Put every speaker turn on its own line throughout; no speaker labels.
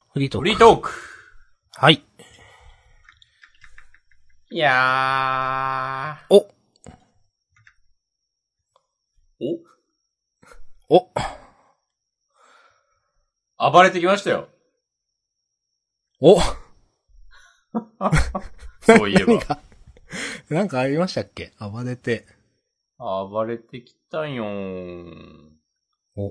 フリートーク。
フリートーク。
はい。
いや
お。お。
暴れてきましたよ。
お。
そういえば。
なんかありましたっけ？暴れて。
暴れてきたんよー。
お。
い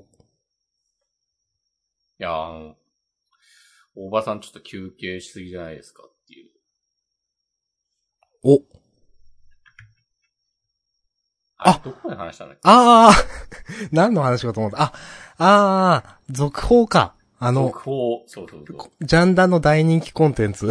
や大場さんちょっと休憩しすぎじゃないですかっていう。
お。
あ、どこで話したんだっけ？
何の話かと思った。続報か。
続報。そう。
ジャンダの大人気コンテンツ。
うん。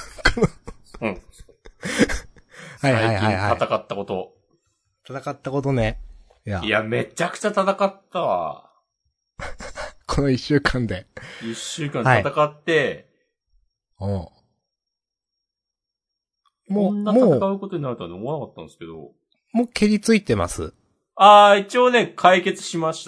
はい。
最近戦ったこと。
戦ったことね。
いや、めちゃくちゃ戦ったわ。
この一週間で。
一週間戦って、
も
こんな戦うことになるとは思わなかったんですけど。
もう蹴りついてます。
一応ね、解決しました。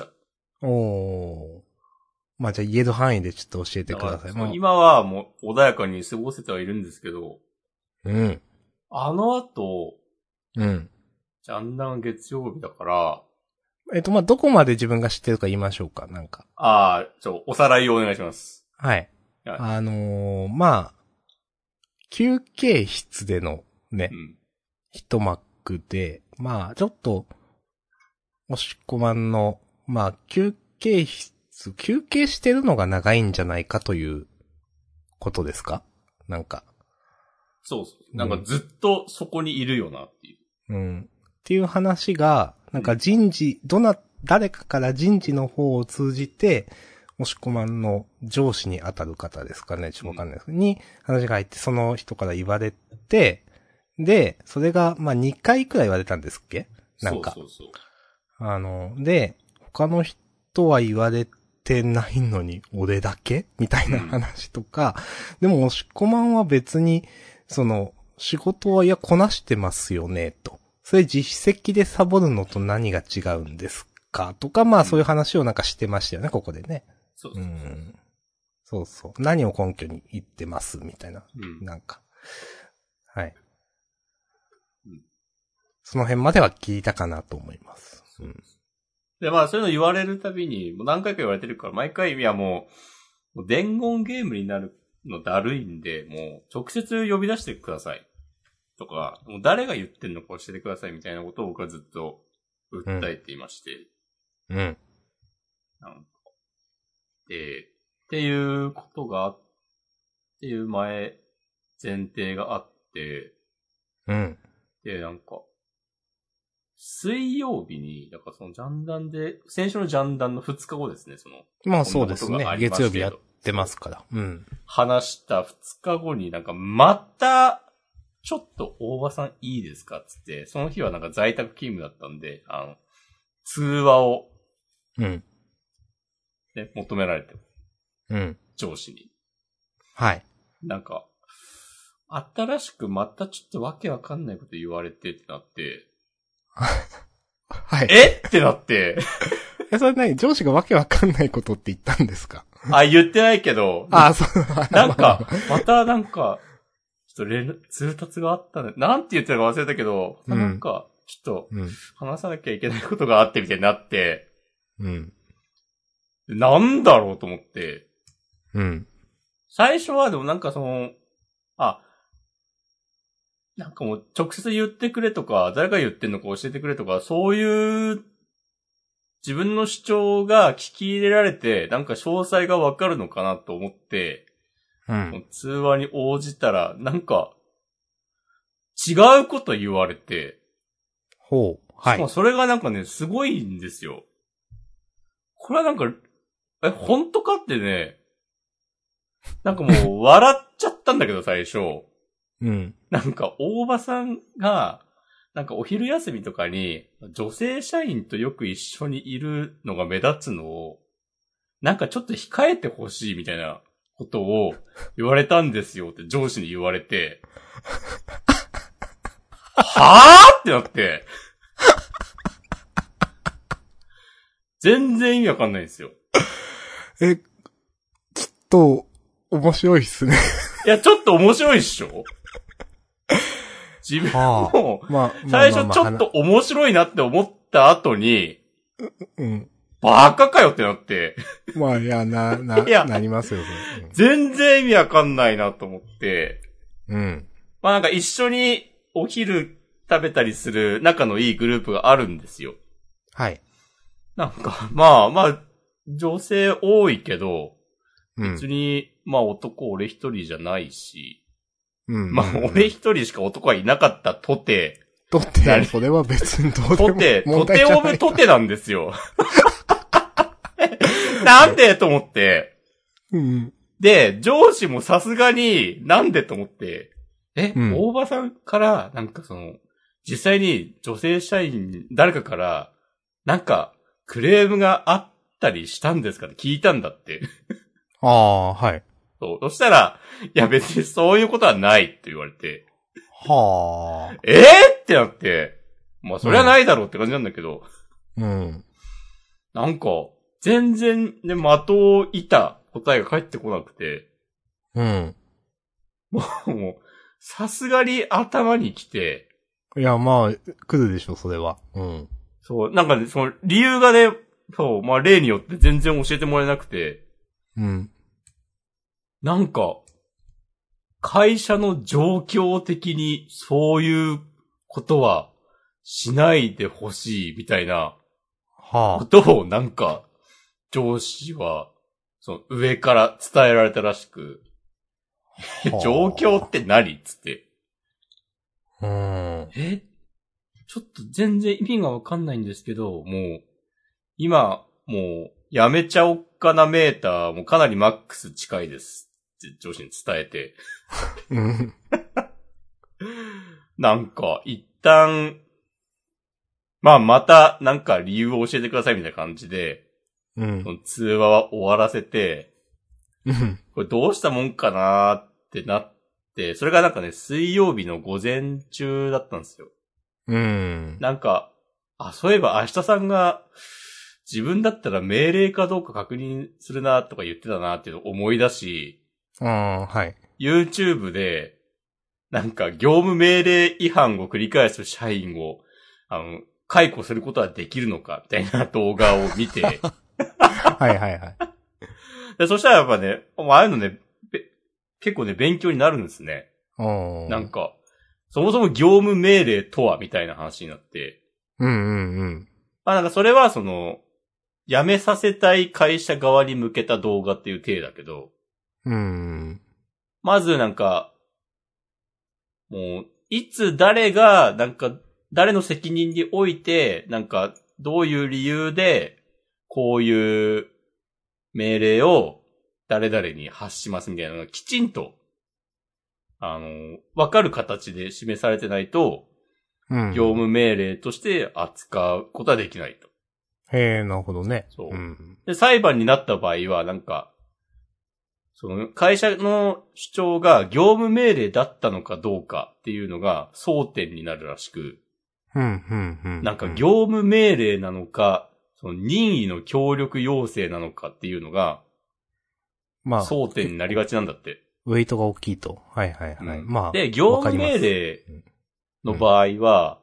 まあ、じゃあ言える範囲でちょっと教えてください。
今はもう穏やかに過ごせてはいるんですけど。
うん。
あの後、
うん。
ジャンダン月曜日だから。
まあ、どこまで自分が知ってるか言いましょうか、なんか。
おさらいをお願いします。
はい。まあ、休憩室でのね、一幕で、まあ、ちょっと、押し込まんの、まあ、休憩してるのが長いんじゃないかということですか？なんか。
そう。なんかずっとそこにいるよなっていう。
うん。っていう話が、なんか誰かから人事の方を通じて、押し込まんの上司に当たる方ですかね、ちょっとわかんないですけど、に話が入って、その人から言われて、で、それが、まあ、2回くらい言われたんですっけ？なんか。
そう。
で、他の人は言われてないのに、俺だけみたいな話とか、でも、押し込まんは別に、仕事はこなしてますよね、と。それ実績でサボるのと何が違うんですかとか、まあそういう話をなんかしてましたよね、ここでね。
そう。
そう。何を根拠に言ってますみたいな。なんか。はい。その辺までは聞いたかなと思います。
で、まあそういうの言われるたびに、もう何回か言われてるから、毎回、いやもう伝言ゲームになるのだるいんで、もう直接呼び出してください。とか、もう誰が言ってんのか教えてくださいみたいなことを僕はずっと訴えていまして。なんかっていうことがっていう前提があって、で、なんか、水曜日に、だからそのジャンダンで、先週のジャンダンの2日後ですね、
まあそうですね。月曜日やってますから。
話した2日後になんかまた、ちょっと大場さんいいですかつって、その日はなんか在宅勤務だったんで、通話を、ね、求められて、上司に。
はい。
なんか、新しくまたちょっとわけわかんないこと言われてってなって、
はい。
ってなって。
それ何？上司がわけわかんないことって言ったんですか？
言ってないけど。
そう。
なんか、またなんか、ちょっと通達があったね。なんて言ってたか忘れたけど、なんか、ちょっと、話さなきゃいけないことがあってみたいになって、なんだろうと思って、最初はでもなんかなんかもう直接言ってくれとか、誰が言ってんのか教えてくれとか、そういう自分の主張が聞き入れられて、なんか詳細がわかるのかなと思って、通話に応じたら、なんか、違うこと言われて、
はい。
しかもそれがなんかね、すごいんですよ。これはなんか、本当かってね、なんかもう笑っちゃったんだけど最初。なんか大場さんが、なんかお昼休みとかに女性社員とよく一緒にいるのが目立つのを、なんかちょっと控えてほしいみたいなことを言われたんですよって上司に言われて、はぁってなって、全然意味わかんないんですよ。
ちょっと、 面白いっすね。
いや、ちょっと面白いっしょ自分も、最初ちょっと面白いなって思った後に、
うん。
バカかよってなって。
まあ、いや、なりますよ、
それ。全然意味わかんないなと思って。
うん。
まあなんか一緒にお昼食べたりする仲のいいグループがあるんですよ。
はい。
なんか、まあ、女性多いけど、別に、まあ男俺一人じゃないし、まあ俺一人しか男はいなかったとて、
それは別にどうでも
とてオブとてなんですよ。なんでと思って。
うん。
で、上司もさすがになんでと思って、大場さんから、なんか実際に女性社員、誰かから、なんか、クレームがあったりしたんですかって聞いたんだって。
ああ、はい。
そしたら、いや別にそういうことはないって言われて。
はあ。
ってなって、まあそれはないだろうって感じなんだけど。
うん。
なんか、全然ね、的を射た答えが返ってこなくて。
うん。
もう、さすがに頭に来て。
いや、まあ、来るでしょ、それは。うん。
そう、なんかね、その理由がね、そう、まあ例によって全然教えてもらえなくて。
うん。
なんか、会社の状況的にそういうことはしないでほしいみたいなことをなんか上司はその上から伝えられたらしく、状況って何つって。ちょっと全然意味がわかんないんですけど、もう、今、もう、やめちゃおっかなメーターもかなりマックス近いですって上司に伝えて。なんか、一旦、まあ、また、なんか理由を教えてくださいみたいな感じで、
うん。
その通話は終わらせて、これどうしたもんかなーってなって、それがなんかね、水曜日の午前中だったんですよ。なんか、そういえば明日さんが、自分だったら命令かどうか確認するなとか言ってたなっていうのを思い出し、
はい。
YouTube で、なんか業務命令違反を繰り返す社員を、解雇することはできるのかみたいな動画を見て。
はいはいはい。
でそしたらやっぱね、ああいうのね、結構ね、勉強になるんですね。なんか、そもそも業務命令とはみたいな話になって。まあなんかそれは辞めさせたい会社側に向けた動画っていう体だけど。まずなんか、もう、いつ誰が、なんか、誰の責任において、なんか、どういう理由で、こういう命令を誰々に発しますみたいなのがきちんと、わかる形で示されてないと、業務命令として扱うことはできないと。
なるほどね。
そう。で、裁判になった場合は、なんか、その会社の主張が業務命令だったのかどうかっていうのが争点になるらしく、なんか業務命令なのか、その任意の協力要請なのかっていうのが、まあ、争点になりがちなんだって。
ウェイトが大きいと。はいはいはい。まあ。
で、業務命令の場合は、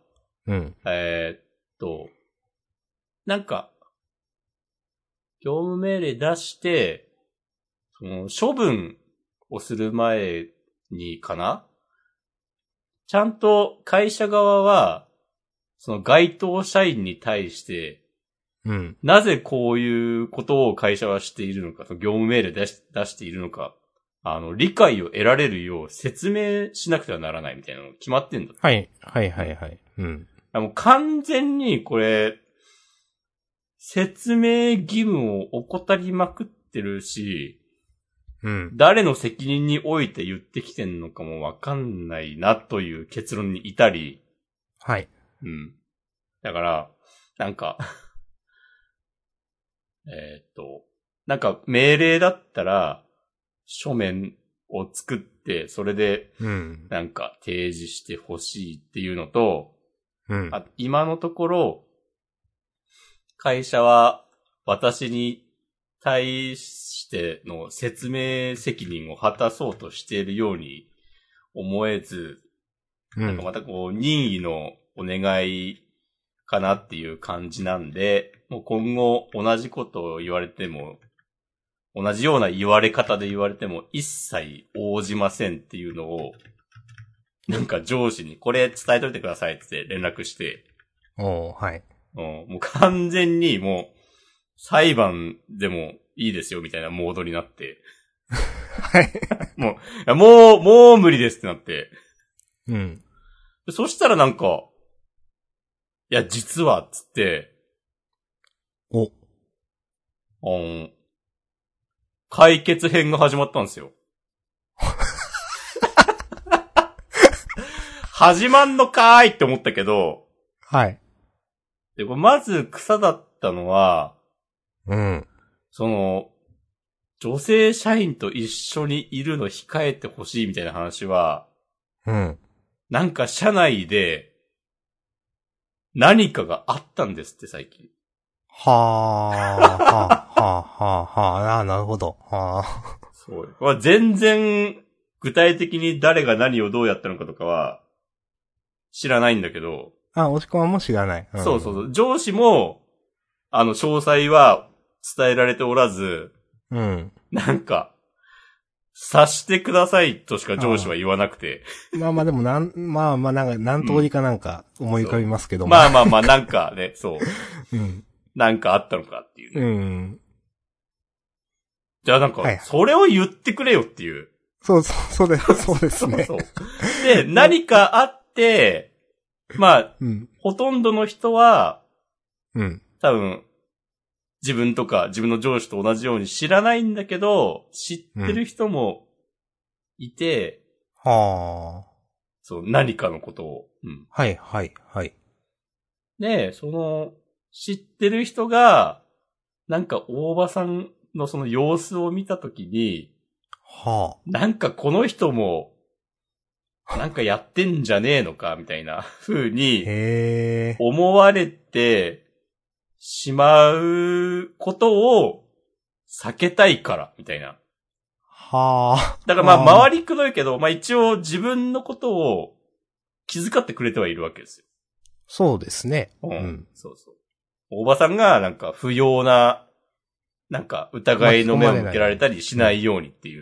なんか、業務命令出して、その処分をする前にかな？ちゃんと会社側は、その該当社員に対して、なぜこういうことを会社はしているのか、その業務命令出しているのか、理解を得られるよう説明しなくてはならないみたいなのが決まってんだ。
はい、はいはいはい。
もう完全にこれ、説明義務を怠りまくってるし、誰の責任において言ってきてんのかもわかんないなという結論に至り。
はい。
だから、なんかなんか命令だったら、書面を作って、それで、なんか提示してほしいっていうのと、今のところ、会社は私に対しての説明責任を果たそうとしているように思えず、なんかまたこう、任意のお願いかなっていう感じなんで、もう今後同じことを言われても、同じような言われ方で言われても一切応じませんっていうのを、なんか上司にこれ伝えといてくださいって連絡して、
はい。
もう完全にもう裁判でもいいですよみたいなモードになって、
はい。
もう無理ですってなって、
うん。
そしたらなんか、いや実はつって、解決編が始まったんですよ。始まんのかーいって思ったけど、
はい。
で、まず草だったのは、
うん。
女性社員と一緒にいるの控えてほしいみたいな話は、
うん。
なんか社内で何かがあったんですって最近。
はあ、はあ、はあ、はあ、なるほど。はあ。
そう。全然具体的に誰が何をどうやったのかとかは知らないんだけど。
押し込まんも知らない。
そうそうそう。上司も、詳細は伝えられておらず、
うん。
なんか、察してくださいとしか上司は言わなくて。
まあでもなんか、何通りかなんか思い浮かびますけども。
まあなんかね、そう。
うん。
なんかあったのかっていうね。
うん。
じゃあなんか、それを言ってくれよっていう。
そうですね。
そう。で、何かあって、まあ、ほとんどの人は、多分、自分とか自分の上司と同じように知らないんだけど、知ってる人もいて、
はあ。
そう、何かのことを。
はい。
で、知ってる人が、なんか大場さんのその様子を見たときに、なんかこの人も、なんかやってんじゃねえのか、みたいな風に、思われてしまうことを避けたいから、みたいな。だから回りくどいけど、一応自分のことを気遣ってくれてはいるわけですよ。
そうですね。
そうそう。おばさんがなんか不要な、なんか疑いの目を向けられたりしないようにっていう。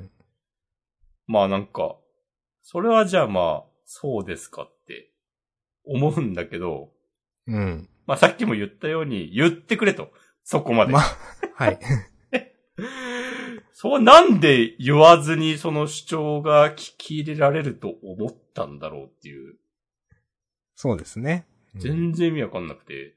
なんか、それはじゃあそうですかって思うんだけど、さっきも言ったように言ってくれと。そこまで。
はい。
そうなんで言わずにその主張が聞き入れられると思ったんだろうっていう。
そうですね。
全然意味わかんなくて。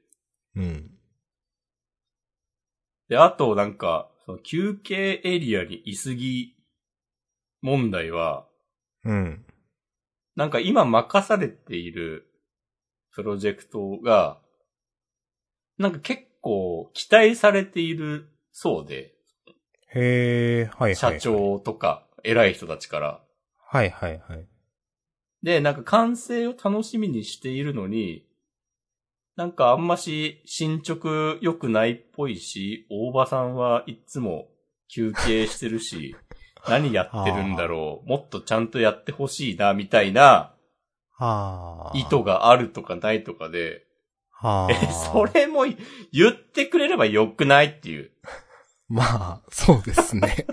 で、あとなんか、その休憩エリアにいすぎ問題は、なんか今任されているプロジェクトが、なんか結構期待されているそうで。社長とか偉い人たちから。で、なんか完成を楽しみにしているのに、なんかあんまし進捗良くないっぽいし、大場さんはいつも休憩してるし、何やってるんだろう、もっとちゃんとやってほしいな、みたいな、意図があるとかないとかで、それも言ってくれればよくないっていう。
そうですね。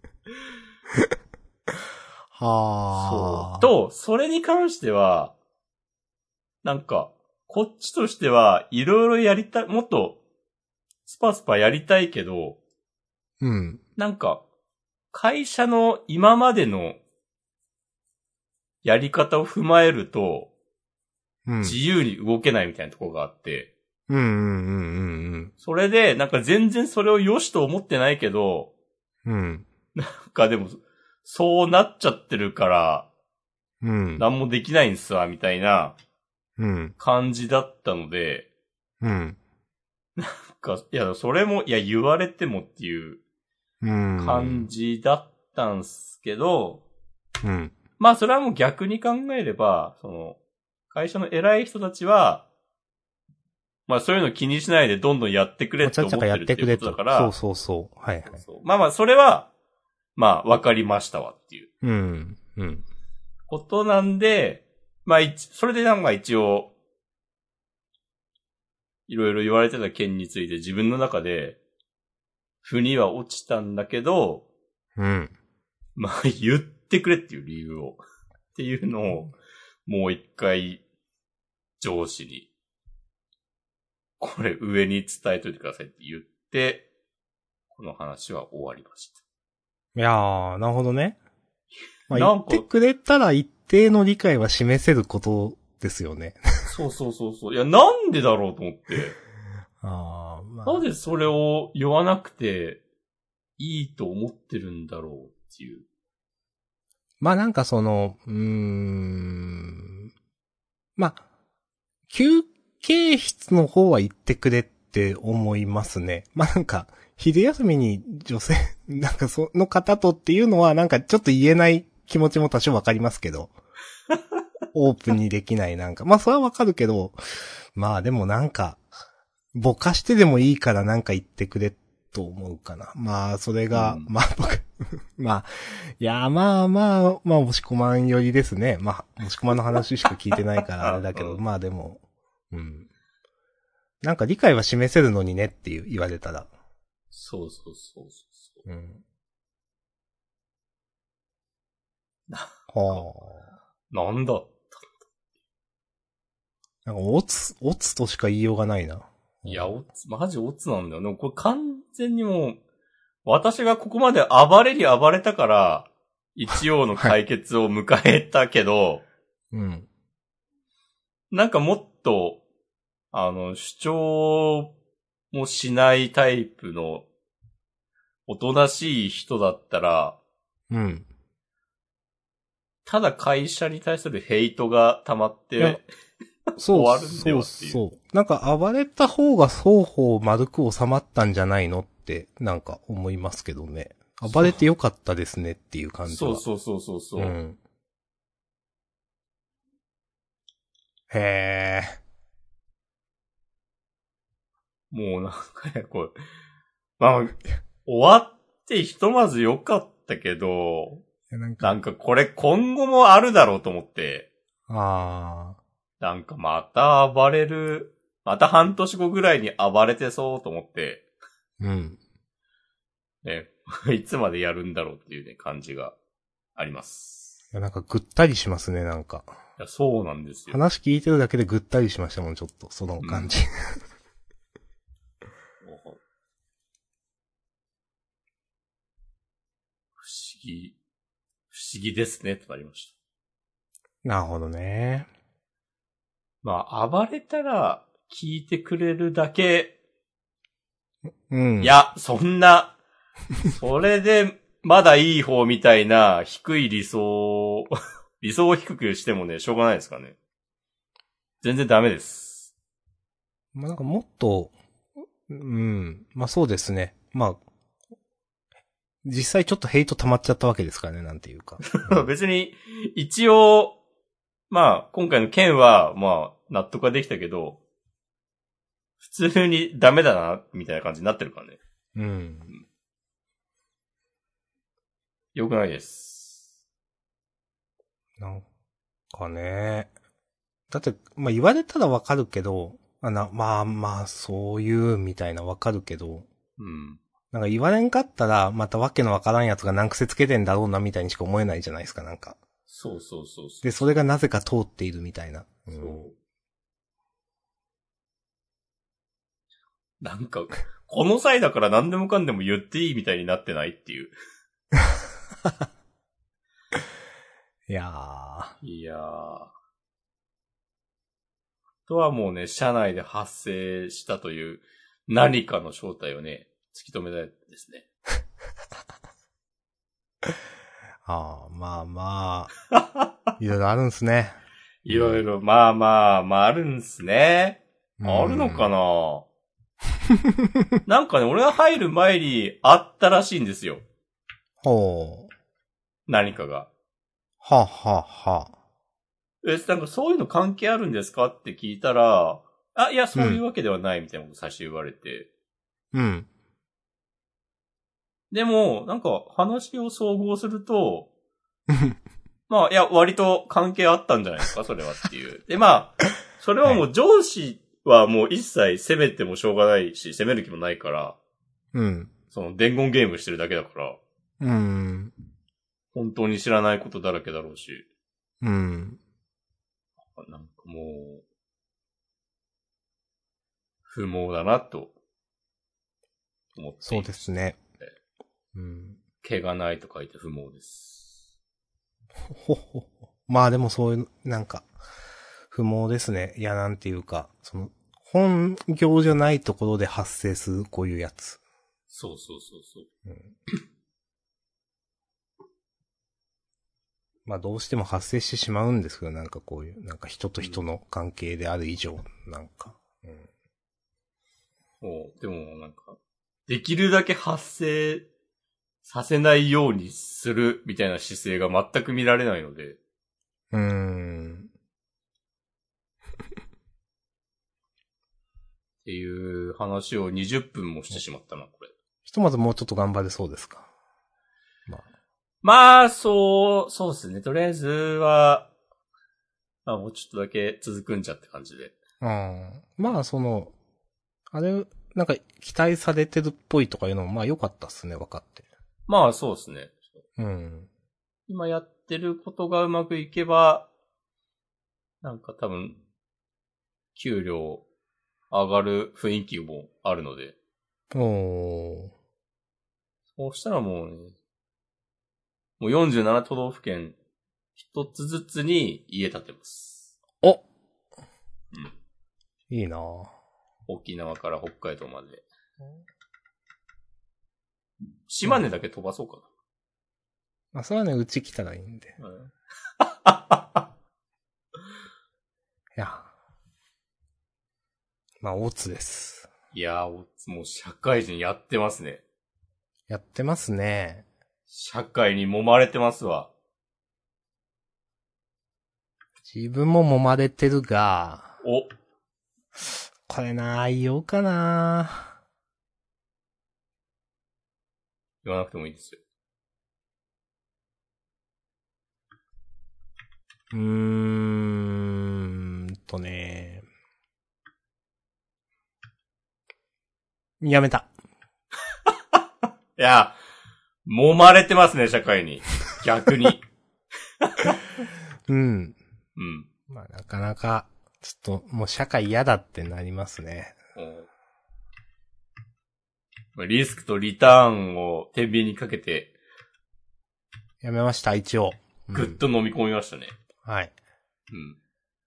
そう。と、それに関しては、なんか、こっちとしてはいろいろやりたい、もっとスパスパやりたいけど、なんか、会社の今までのやり方を踏まえると、自由に動けないみたいなところがあって、それで、なんか全然それを良しと思ってないけど、なんかでも、そうなっちゃってるから、何もできないんすわ、みたいな、感じだったので、なんか、いや、それも、いや、言われてもっていう感じだったんすけど、それはもう逆に考えれば、会社の偉い人たちは、 まあそういうの気にしないでどんどんやってくれって思ってるっていうことだから。
そうそうそう。はいはい。
まあまあそれは、まあわかりましたわっていう。
うん。うん。
ことなんで、まあそれでなんか一応、いろいろ言われてた件について自分の中で、腑には落ちたんだけど、
うん。
まあ言ってくれっていう理由を。っていうのを、もう一回、上司に、これ上に伝えといてくださいって言って、この話は終わりました。
いやー、なるほどね。まあ、言ってくれたら一定の理解は示せることですよね。
そうそうそうそう。いや、なんでだろうと思って。
まあ。
なぜそれを言わなくていいと思ってるんだろうっていう。
まあなんかまあ、休憩室の方は言ってくれって思いますね。まあなんか、昼休みに女性、なんかその方とっていうのはなんかちょっと言えない気持ちも多少わかりますけど。オープンにできないなんか。まあそれはわかるけど、まあでもなんか、ぼかしてでもいいからなんか言ってくれと思うかな。まあそれが、まあ僕、まあ、いやまあ、押し込まんよりですね。まあ、押し込まんの話しか聞いてないからあれだけど、まあでも、うん。なんか理解は示せるのにねって言われたら。
そうそうそうそう。
うん。
は
あ。
なんだ
なんか、オツとしか言いようがないな。
いや、マジオツなんだよ。でもこれ完全にもう、私がここまで暴れたから、一応の解決を迎えたけど、はい、
うん。
なんかもっと、主張もしないタイプの、おとなしい人だったら、
うん。
ただ会社に対するヘイトが溜まって、
そう、
終わるんだよっていう。
そう。なんか暴れた方が双方丸く収まったんじゃないのって、なんか思いますけどね。暴れてよかったですねっていう感じは。
そう。うん。
へえ。
もうなんかね、これ、まあ、終わってひとまずよかったけど、なんかこれ今後もあるだろうと思って。
ああ。
なんかまた暴れる、また半年後ぐらいに暴れてそうと思って。
うん。
ね、いつまでやるんだろうっていうね、感じがあります。
いや、なんかぐったりしますね、なんか。
いや、そうなんですよ。
話聞いてるだけでぐったりしましたもん、ちょっと、その感じ。
不思議ですね、となりました。
なるほどね。
まあ、暴れたら聞いてくれるだけ。
うん。
いや、そんな、それで、まだいい方みたいな低い理想を低くしてもね、しょうがないですからね。全然ダメです。
まあ、なんかもっと、うん。まあそうですね。まあ、実際ちょっとヘイト溜まっちゃったわけですからね、なんていうか。
別に、一応、まあ、今回の件は、まあ、納得はできたけど、普通にダメだな、みたいな感じになってるからね。
うん。
よくないです。
なんかね。だって、まあ言われたらわかるけど、まあ、そういう、みたいなわかるけど、
うん。
なんか言われんかったら、またわけのわからんやつが難癖つけてんだろうな、みたいにしか思えないじゃないですか、なんか。
そう。
で、それがなぜか通っているみたいな。
そう。なんか、この際だから何でもかんでも言っていいみたいになってないっていう。
いや
ー。あとはもうね、社内で発生したという何かの正体をね、突き止めたいですね。
まあ。いろいろあるんすね。
いろいろ、まあ、あるんすね。あるのかななんかね、俺が入る前にあったらしいんですよ。
ほう。
何かが。
は。
なんかそういうの関係あるんですかって聞いたら、 あ、いや、そういうわけではないみたいなこと最初言われて。
うん。
でも、なんか話を総合すると、まあ、いや、割と関係あったんじゃないですか、それはっていう。で、まあ、それはもう上司はもう一切責めてもしょうがないし、責める気もないから、
うん。
その伝言ゲームしてるだけだから、
うん。
本当に知らないことだらけだろうし。
うん。
なんかもう、不毛だなと、思って。
そうですね。うん。
毛がないと書いて不毛です。
ほほほ。まあでもそういう、なんか、不毛ですね。いや、なんていうか、本業じゃないところで発生するこういうやつ。
そうそうそうそう。
うん、まあどうしても発生してしまうんですけど、なんかこういう、なんか人と人の関係である以上、なんか。
でもなんか、できるだけ発生させないようにするみたいな姿勢が全く見られないので。っていう話を20分もしてしまったな、これ。
ひとまずもうちょっと頑張れそうですか。
まあ、そうですね。とりあえずは、まあもうちょっとだけ続くんじゃって感じで。
まああれ、なんか期待されてるっぽいとかいうのもまあ良かったっすね、分かって。
まあそうですね。
うん。
今やってることがうまくいけば、なんか多分、給料上がる雰囲気もあるので。そうしたらもうね、もう47都道府県一つずつに家建てます。
うん。
い
いなぁ。
沖縄から北海道まで。島根だけ飛ばそうかな。
まあ、それはね、うち来たらいいんで。いや。まあ、大津です。
いやー、もう社会人やってますね。
やってますね。
社会に揉まれてますわ。
自分も揉まれてるが、
お。
これ言おうかな
言わなくてもいいですよ。
ね。やめた。
いや、揉まれてますね、社会に。逆に。
うん。
うん。
まあ、なかなか、ちょっと、もう社会嫌だってなりますね。
リスクとリターンを天秤にかけて。
やめました、一応。
ぐっと飲み込みましたね。
はい。
うん。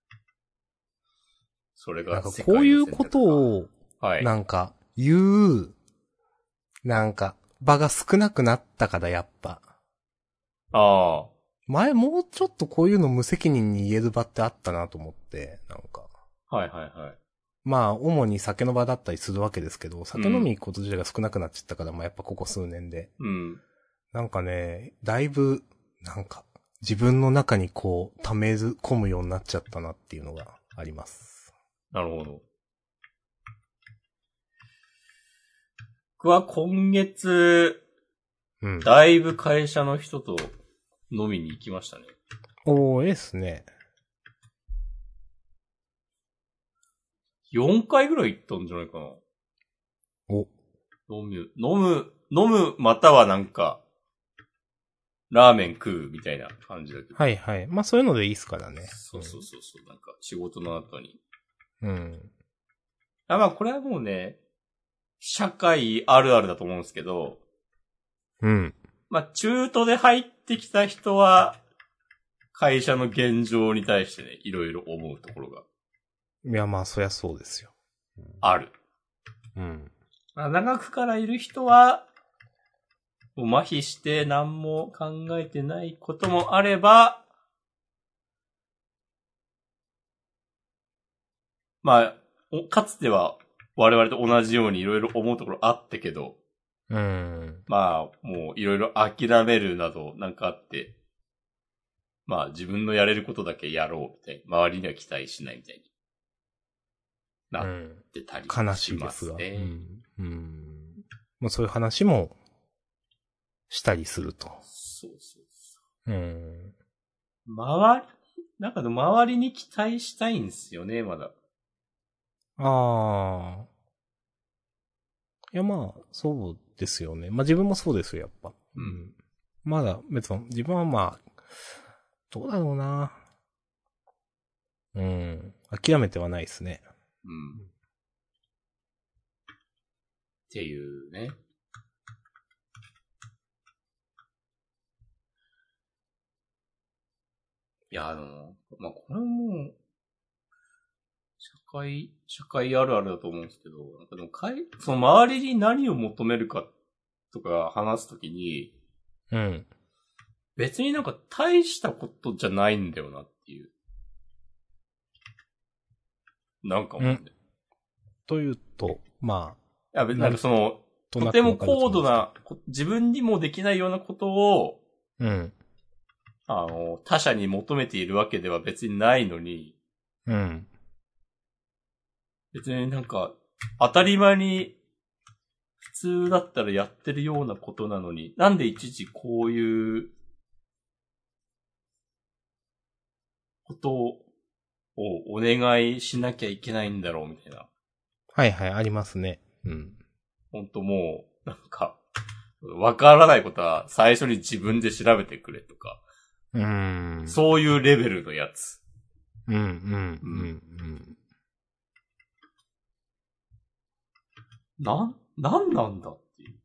それが
なんかこういうことを、
はい。
なんか、言う、なんか、場が少なくなったから、やっぱ。
ああ。
前もうちょっとこういうの無責任に言える場ってあったなと思って、なんか。
はいはいはい。
まあ、主に酒の場だったりするわけですけど、酒飲み行くこと自体が少なくなっちゃったから、まあやっぱここ数年で。
うん。
なんかね、だいぶ、なんか、自分の中にこう、溜め込むようになっちゃったなっていうのがあります。
なるほど。僕は今月、だいぶ会社の人と飲みに行きましたね。
ええっすね。
4回ぐらい行ったんじゃないかな。飲む、またはなんか、ラーメン食うみたいな感じだけど。
はいはい。まあそういうのでいいっすからね。
そう。なんか仕事の後に。
ま
あこれはもうね、社会あるあるだと思うんですけど。まあ中途で入ってきた人は、会社の現状に対してね、いろいろ思うところが。
いやまあそりゃそうですよ。
ある。長くからいる人は、もう麻痺して何も考えてないこともあれば、まあ、かつては我々と同じようにいろいろ思うところあったけど、まあ、もういろいろ諦めるなどなんかあって、まあ自分のやれることだけやろうみたいな、周りには期待しないみたいになってたり
悲し
しま
いですが。
すね。
もうそういう話もしたりすると。
そうそうそ
う。
なんか周りに期待したいんですよね、まだ。
ああ。いやまあ、そうですよね。まあ自分もそうですよ、やっぱ。まだ別に、自分はまあ、どうだろうな。諦めてはないですね。
っていうね。いや、まあ、これもう、社会あるあるだと思うんですけど、なんかでもその周りに何を求めるかとか話すときに、別になんか大したことじゃないんだよなっていう。なんかもね。
というと、ま
あ。いや、なんかとても高度な、自分にもできないようなことを、他者に求めているわけでは別にないのに、別になんか、当たり前に、普通だったらやってるようなことなのに、なんでいちいちこういうことをお願いしなきゃいけないんだろうみたいな。
はいはい、ありますね。
ほんともう、なんか、わからないことは最初に自分で調べてくれとか。そういうレベルのやつ。なんなんだっていう。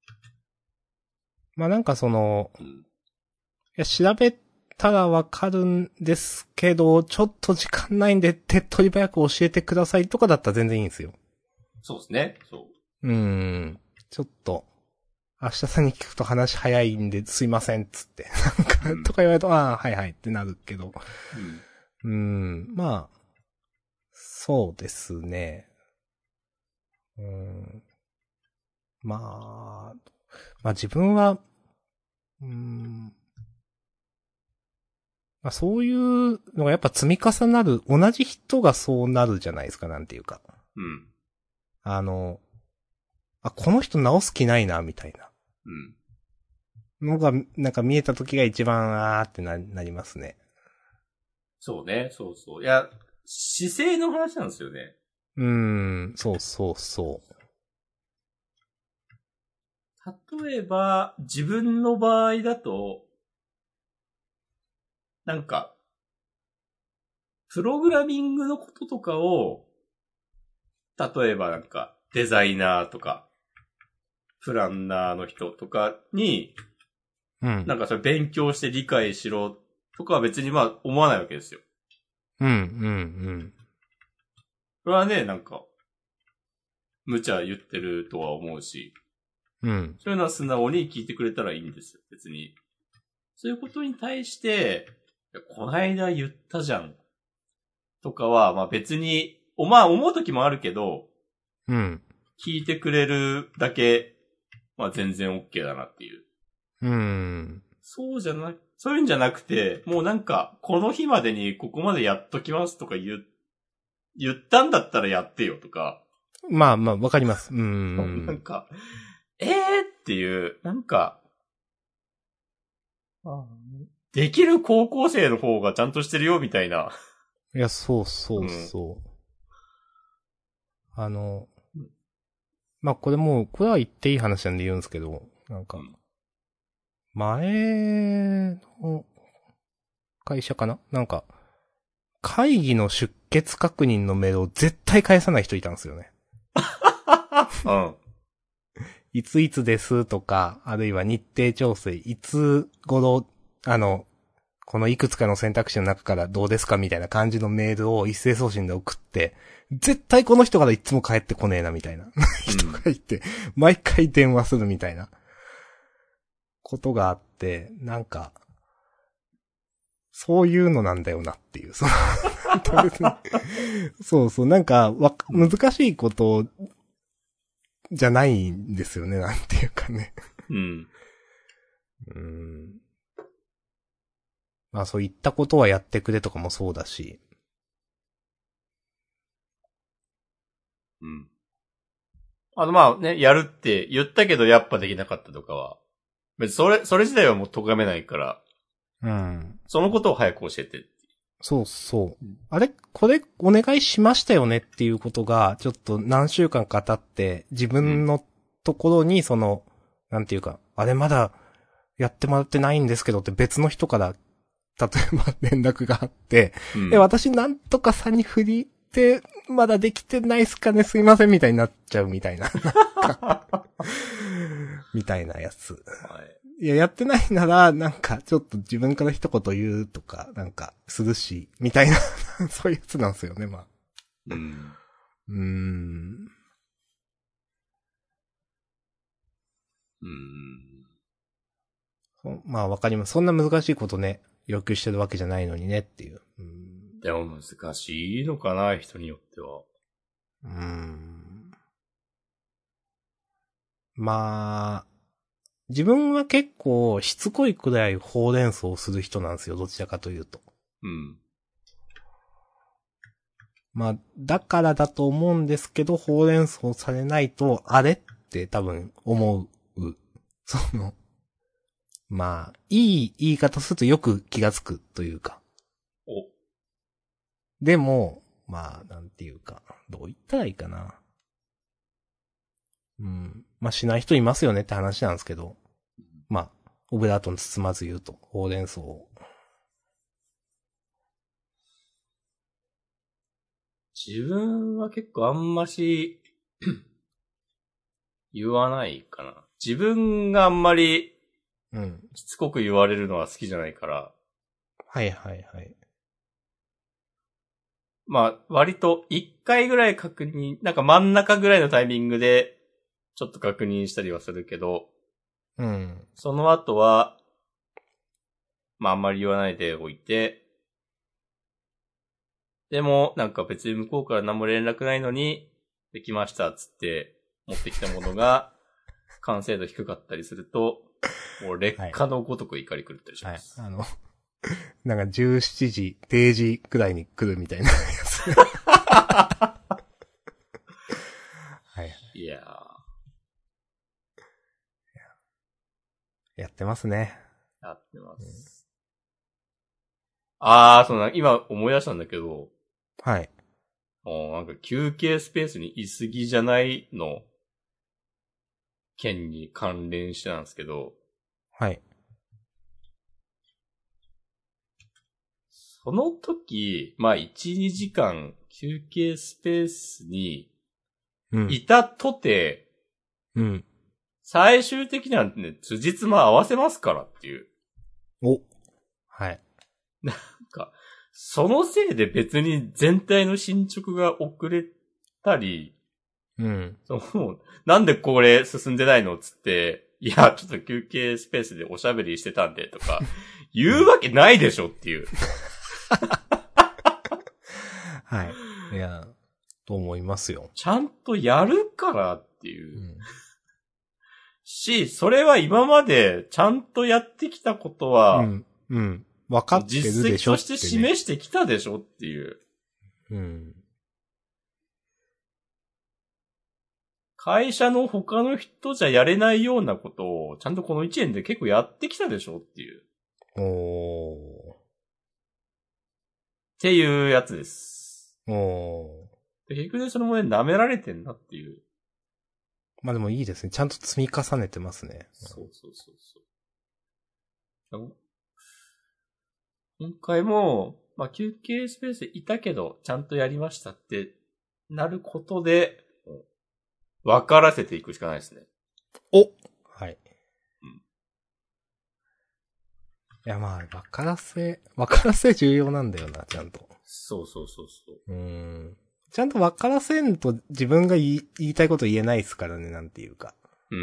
まあなんかいや調べたらわかるんですけど、ちょっと時間ないんで手っ取り早く教えてくださいとかだったら全然いいんですよ。
そうですね。そう。
ちょっと、明日さんに聞くと話早いんですいませんっつって。なんか、とか言われると、ああ、はいはいってなるけど。まあ、そうですね。まあ自分は、まあそういうのがやっぱ積み重なる、同じ人がそうなるじゃないですか、なんていうか。この人直す気ないな、みたいな。のが、なんか見えた時が一番、あーってなりますね。
そうね、そうそう。いや、姿勢の話なんですよね。
そうそうそう。
例えば、自分の場合だと、なんか、プログラミングのこととかを、例えばなんか、デザイナーとか、プランナーの人とかに、なんかそれ勉強して理解しろとかは別にまあ思わないわけですよ。これはね、なんか、無茶言ってるとは思うし、そういうのは素直に聞いてくれたらいいんですよ、別に。そういうことに対して、こないだ言ったじゃん。とかは、まあ別に、まあ思う時もあるけど、聞いてくれるだけ、まあ全然 OK だなっていう。そういうんじゃなくて、もうなんか、この日までにここまでやっときますとか言ったんだったらやってよとか。
まあまあ、わかります。
なんか、っていう、なんか、できる高校生の方がちゃんとしてるよみたいな。
いや、そうそうそう。まあこれは言っていい話なんで言うんですけど、なんか、前の会社かななんか、会議の出欠確認のメールを絶対返さない人いたんですよね。いついつですとか、あるいは日程調整、いつ頃、このいくつかの選択肢の中からどうですかみたいな感じのメールを一斉送信で送って、絶対この人からいつも帰ってこねえなみたいな人がいて、毎回電話するみたいなことがあって、なんか、そういうのなんだよなっていう。そうそう、なんか、難しいことじゃないんですよね、なんていうかね。まあそういったことはやってくれとかもそうだし。
うん。まあね、やるって言ったけどやっぱできなかったとかは、別にそれ自体はもう咎めないから、
うん。
そのことを早く教えて。
そうそう。あれこれお願いしましたよねっていうことが、ちょっと何週間か経って、自分のところになんていうか、あれまだやってもらってないんですけどって別の人から、例えば連絡があって、私なんとかさんに振りってまだできてないっすかねすいませんみたいになっちゃうみたいな。みたいなやつ。はい、いや、やってないなら、なんか、ちょっと自分から一言言うとか、なんか、するし、みたいな、そういうやつなんですよね、まあ。まあ、わかります。そんな難しいことね、要求してるわけじゃないのにねっていう。
でも難しいのかな、人によっては。
まあ、自分は結構しつこいくらいほうれん草をする人なんですよ、どちらかというと。まあ、だからだと思うんですけど、ほうれん草されないと、あれって多分思う。まあ、いい言い方するとよく気がつくというか。でも、まあ、なんていうか、どう言ったらいいかな。まあ、しない人いますよねって話なんですけど。まあ、オブラートに包まず言うと、ほうれん草を。
自分は結構あんまし言わないかな。自分があんまり、しつこく言われるのは好きじゃないから。
はいはいはい。
まあ、割と一回ぐらい確認、なんか真ん中ぐらいのタイミングで、ちょっと確認したりはするけど、その後は、まああんまり言わないでおいて、でも、なんか別に向こうから何も連絡ないのに、できましたっつって持ってきたものが、完成度低かったりすると、もう劣化のごとく怒り狂ったりします。
はい。なんか17時、定時くらいに来るみたいなやつ。はい。
いや
やってますね。
やってます。そうな、今思い出したんだけど。
はい。
なんか休憩スペースに居すぎじゃないの件に関連してなんですけど。
はい。
その時、まあ1、2時間休憩スペースにいたとて、最終的にはね、辻褄合わせますからっていう。
はい。
なんか、そのせいで別に全体の進捗が遅れたり、なんでこれ進んでないのつって、いや、ちょっと休憩スペースでおしゃべりしてたんでとか、言うわけないでしょっていう。
はい。いや、と思いますよ。
ちゃんとやるからっていう。し、それは今までちゃんとやってきたことは、
分かってるでしょって、ね。
実績として示してきたでしょっていう。会社の他の人じゃやれないようなことを、ちゃんとこの1年で結構やってきたでしょっていう。っていうやつです。で結局ね、それもね、舐められてんなっていう。
まあでもいいですね。ちゃんと積み重ねてますね。
そう。今回も、まあ休憩スペースいたけど、ちゃんとやりましたってなることで、分からせていくしかないですね。
はい。いやまあ、分からせ重要なんだよな、ちゃんと。
そう。
ちゃんと分からせんと自分が言いたいこと言えないですからね、なんていうか。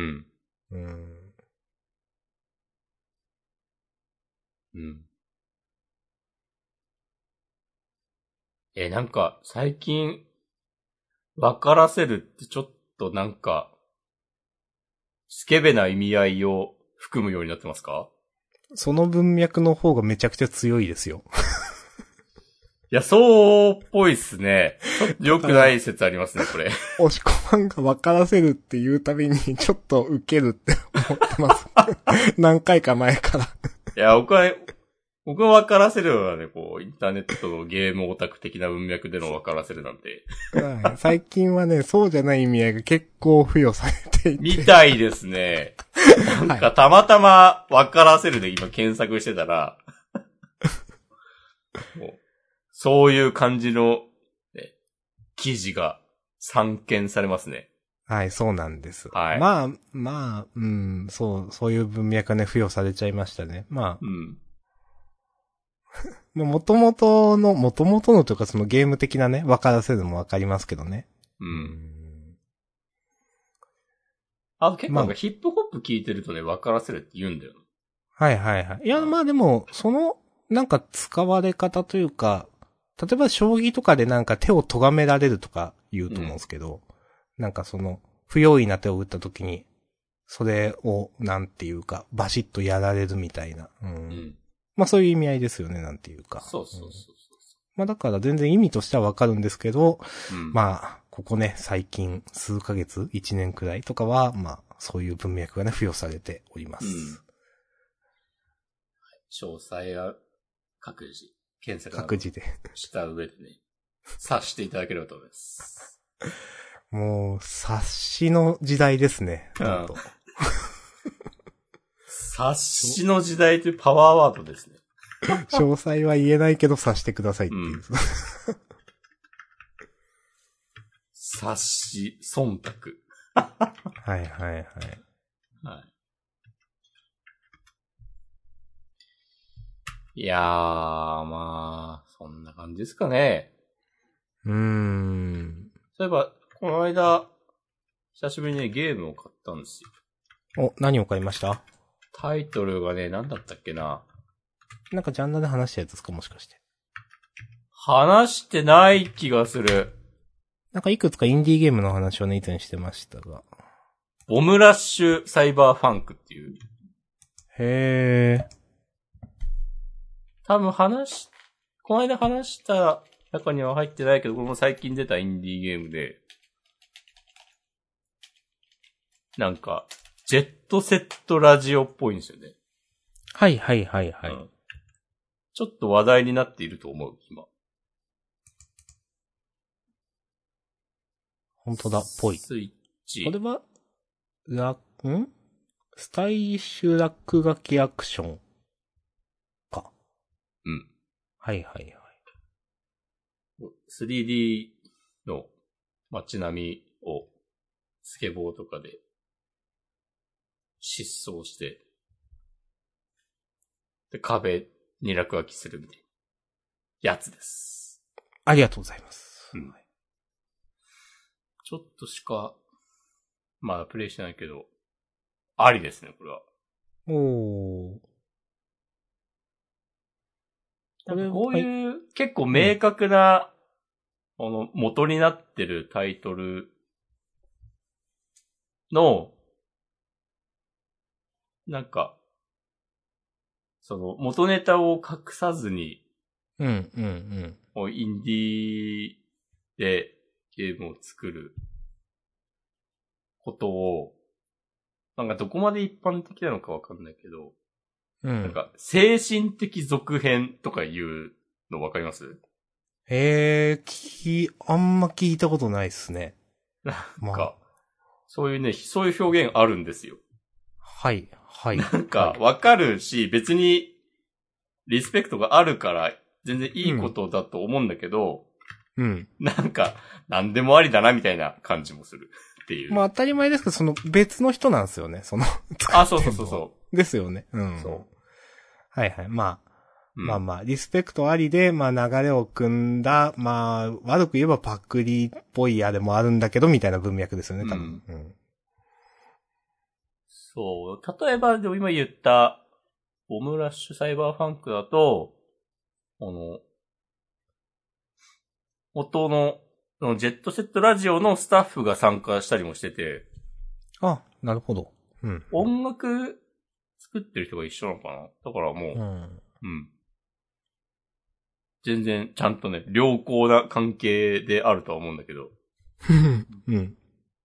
なんか、最近、分からせるってちょっとなんか、スケベな意味合いを含むようになってますか？
その文脈の方がめちゃくちゃ強いですよ。
や、そうっぽいっすね。ちょっと良くない説ありますね、これ。
押し込まんが分からせるっていうたびにちょっとウケるって思ってます。何回か前から。
いや、僕は分からせるのはね、こう、インターネットのゲームオタク的な文脈での分からせるなんて。
はい、最近はね、そうじゃない意味合いが結構付与されていて。
みたいですね。なんかたまたま分からせるで今検索してたら、もうそういう感じの、ね、記事が散見されますね。
はい、そうなんです。
はい。
まあ、そういう文脈がね、付与されちゃいましたね。まあ、
うん。
元々のというかそのゲーム的なね、分からせるのもわかりますけどね。
うん。あと結構なんかヒップホップ聞いてるとね、分からせるって言うんだよ。
はいはいはい。いや、まあでも、その、なんか使われ方というか、例えば将棋とかでなんか手を咎められるとか言うと思うんですけど、なんかその、不用意な手を打った時に、それを、なんていうか、バシッとやられるみたいな。まあそういう意味合いですよね、なんていうか。
そう。
まあだから全然意味としてはわかるんですけど、
うん、
まあ、ここね、最近、数ヶ月 ?1 年くらいとかは、まあ、そういう文脈がね、付与されております。
詳細は各自、検索
各自で。
した上でね、察していただければと思います。
もう、察しの時代ですね。
うん察しの時代というパワーワードですね。
詳細は言えないけど察してくださいっていう。
察し、忖度。
はいはいはい。
はい。いやー、まあ、そんな感じですかね。そういえば、この間、久しぶりにね、ゲームを買ったんです
よ。お、何を買いました？
タイトルがね、何だったっけな。
なんかジャンルで話したやつですか、もしかして。
話してない気がする。
なんかいくつかインディーゲームの話をね、以前してましたが。
ボムラッシュサイバーファンクっていう。
へー。
多分この間話した中には入ってないけど、これも最近出たインディーゲームで、なんか、ジェットセットラジオっぽいんですよね。
はいはいはいはい。
ちょっと話題になっていると思う、今。
本当だ、ぽい。
スイッチ。
これは、スタイリッシュ落書きアクションか。
うん。
はいはいはい。
3D の街並みをスケボーとかで疾走して、で、壁に落書きするみたいなやつです。
ありがとうございます。
うん。ちょっとしか、まあ、プレイしてないけど、ありですね、これは。
おー。
こういう、結構明確な、元になってるタイトルの、なんか、その、元ネタを隠さずに、もうインディーでゲームを作ることを、なんかどこまで一般的なのかわかんないけど、なんか、精神的続編とかいうのわかります？
あんま聞いたことないっすね。
なんか、そういうね、そういう表現あるんですよ。
はい、はい。
なんか、わかるし、別に、リスペクトがあるから、全然いいことだと思うんだけど、なんか、なんでもありだな、みたいな感じもするっていう。
まあ当たり前ですけど、その別の人なんですよね、その。
そう。
ですよね。そう。はいはい。まあ、リスペクトありで、まあ流れを組んだ、まあ、悪く言えばパクリっぽいあれもあるんだけど、みたいな文脈ですよね、多分。
そう。例えば、でも今言った、ボムラッシュサイバーファンクだと、元の、ジェットセットラジオのスタッフが参加したりもしてて。
あ、なるほど。
音楽作ってる人が一緒なのかな？だからもう、 全然ちゃんとね、良好な関係であるとは思うんだけど。
うん。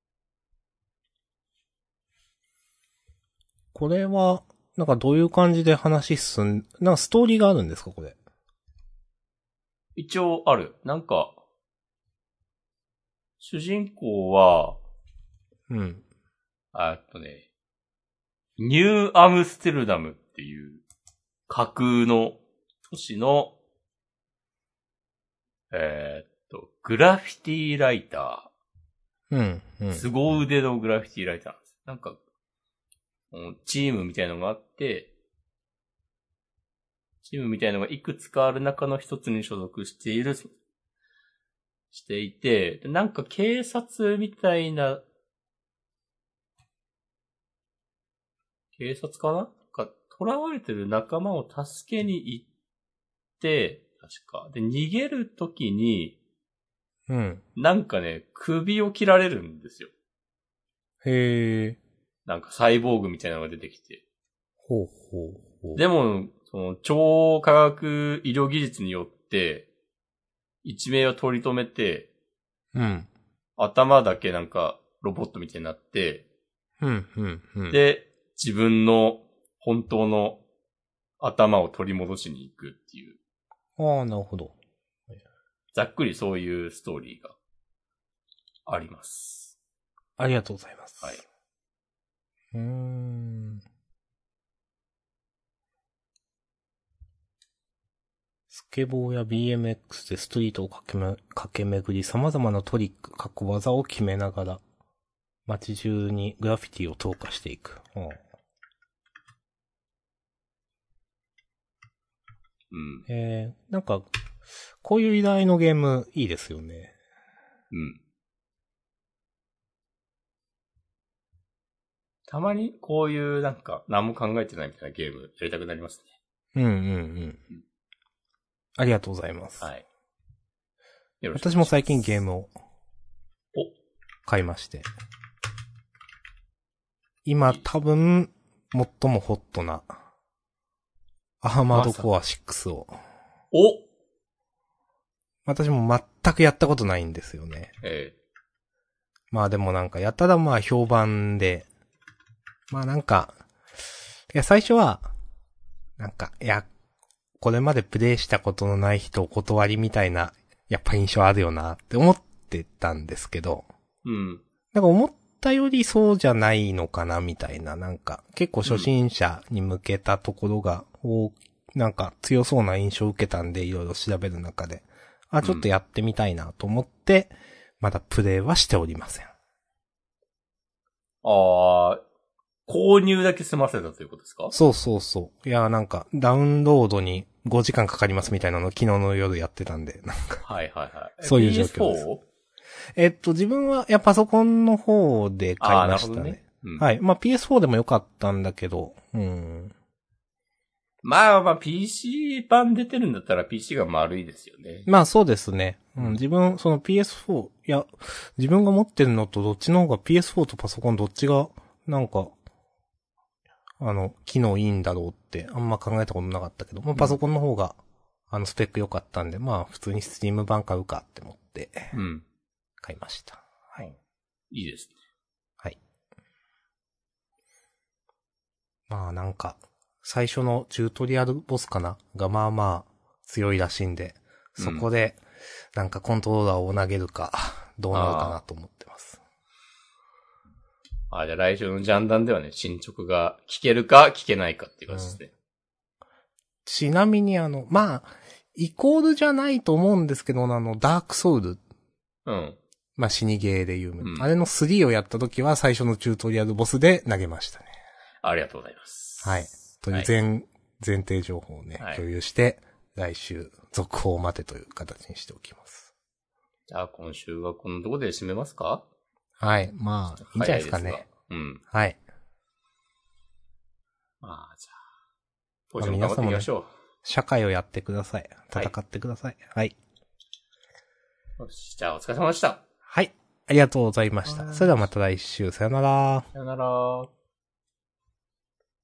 これは、なんかどういう感じで話なんかストーリーがあるんですか、これ。
一応ある。なんか、主人公は、
うん。
ニューアムステルダムっていう架空の都市の、グラフィティライタ
うん。う
ー。
ん。
凄腕のグラフィティライターなんです。なんか、チームみたいなのがあって、チームみたいなのがいくつかある中の一つに所属していて、なんか警察みたいな、警察かな囚われてる仲間を助けに行って、確か。で、逃げるときに、
うん。
なんかね、首を切られるんですよ。
へえ。
なんかサイボーグみたいなのが出てきて。
ほうほうほう。
でも、その超科学医療技術によって、一命を取り留めて、
うん。
頭だけなんかロボットみたいになって、
うん、うん、うん。
で、自分の本当の頭を取り戻しに行くっていう。
ああ、なるほど。
ざっくりそういうストーリーがあります。
ありがとうございます。
はい。
スケボーや BMX でストリートを駆け巡り、様々なトリック、技を決めながら、街中にグラフィティを投下していく。
うん。
なんか、こういう依頼のゲームいいですよね。
うん。たまにこういうなんか何も考えてないみたいなゲームやりたくなります
ね。うんうんうん。ありがとうございます。
はい。
よろしくお願いします。私も最近ゲームを買いまして。今多分最もホットなアーマードコア6を。私も全くやったことないんですよね。まあでもなんかやたらまあ評判で、まあなんか、いや最初は、なんか、いや、これまでプレイしたことのない人お断りみたいな、やっぱ印象あるよなって思ってたんですけど、
うん。
なんか思ったよりそうじゃないのかなみたいな、なんか結構初心者に向けたところが、なんか強そうな印象を受けたんでいろいろ調べる中で、ちょっとやってみたいなと思って、まだプレイはしておりません。
購入だけ済ませたということですか？
そうそうそう。いや、なんか、ダウンロードに5時間かかりますみたいなのを昨日の夜やってたんで、なんか。
はいはいはい。
そういう状況です。自分は、パソコンの方で買いましたね。
なるほどね。
うん、はい。まあ、PS4 でもよかったんだけど、
まあ PC 版出てるんだったら PC が丸いですよね。
まあそうですね。自分、その PS4、自分が持ってるのとどっちの方が PS4 とパソコンどっちが、なんか、機能いいんだろうってあんま考えたことなかったけど、まあパソコンの方が、スペック良かったんで、まあ普通に Steam 版買うかって思って、買いました。はい。
いいですね。
はい。まあなんか、最初のチュートリアルボスかながまあまあ強いらしいんで、そこで、なんかコントローラーを投げるか、どうなるかなと思ってます。
じゃあ来週のジャンダンではね、進捗が聞けるか聞けないかっていう感じですね。
ちなみにまあ、イコールじゃないと思うんですけど、ダークソウル。まあ、死にゲーで有名。あれの3をやった時は最初のチュートリアルボスで投げましたね。
ありがとうございます。
はい。という前提情報をね、共有して、来週、続報を待てという形にしておきます。
じゃあ今週はこのところで締めますか？
はい。まあ、いいんじゃないですかね。はい。
まあ、じゃあ、今週も頑張っていきましょう。
社会をやってください。戦ってください。はい。
よし、じゃあお疲れ様でした。
はい。ありがとうございました。それではまた来週。さよなら。
さよなら。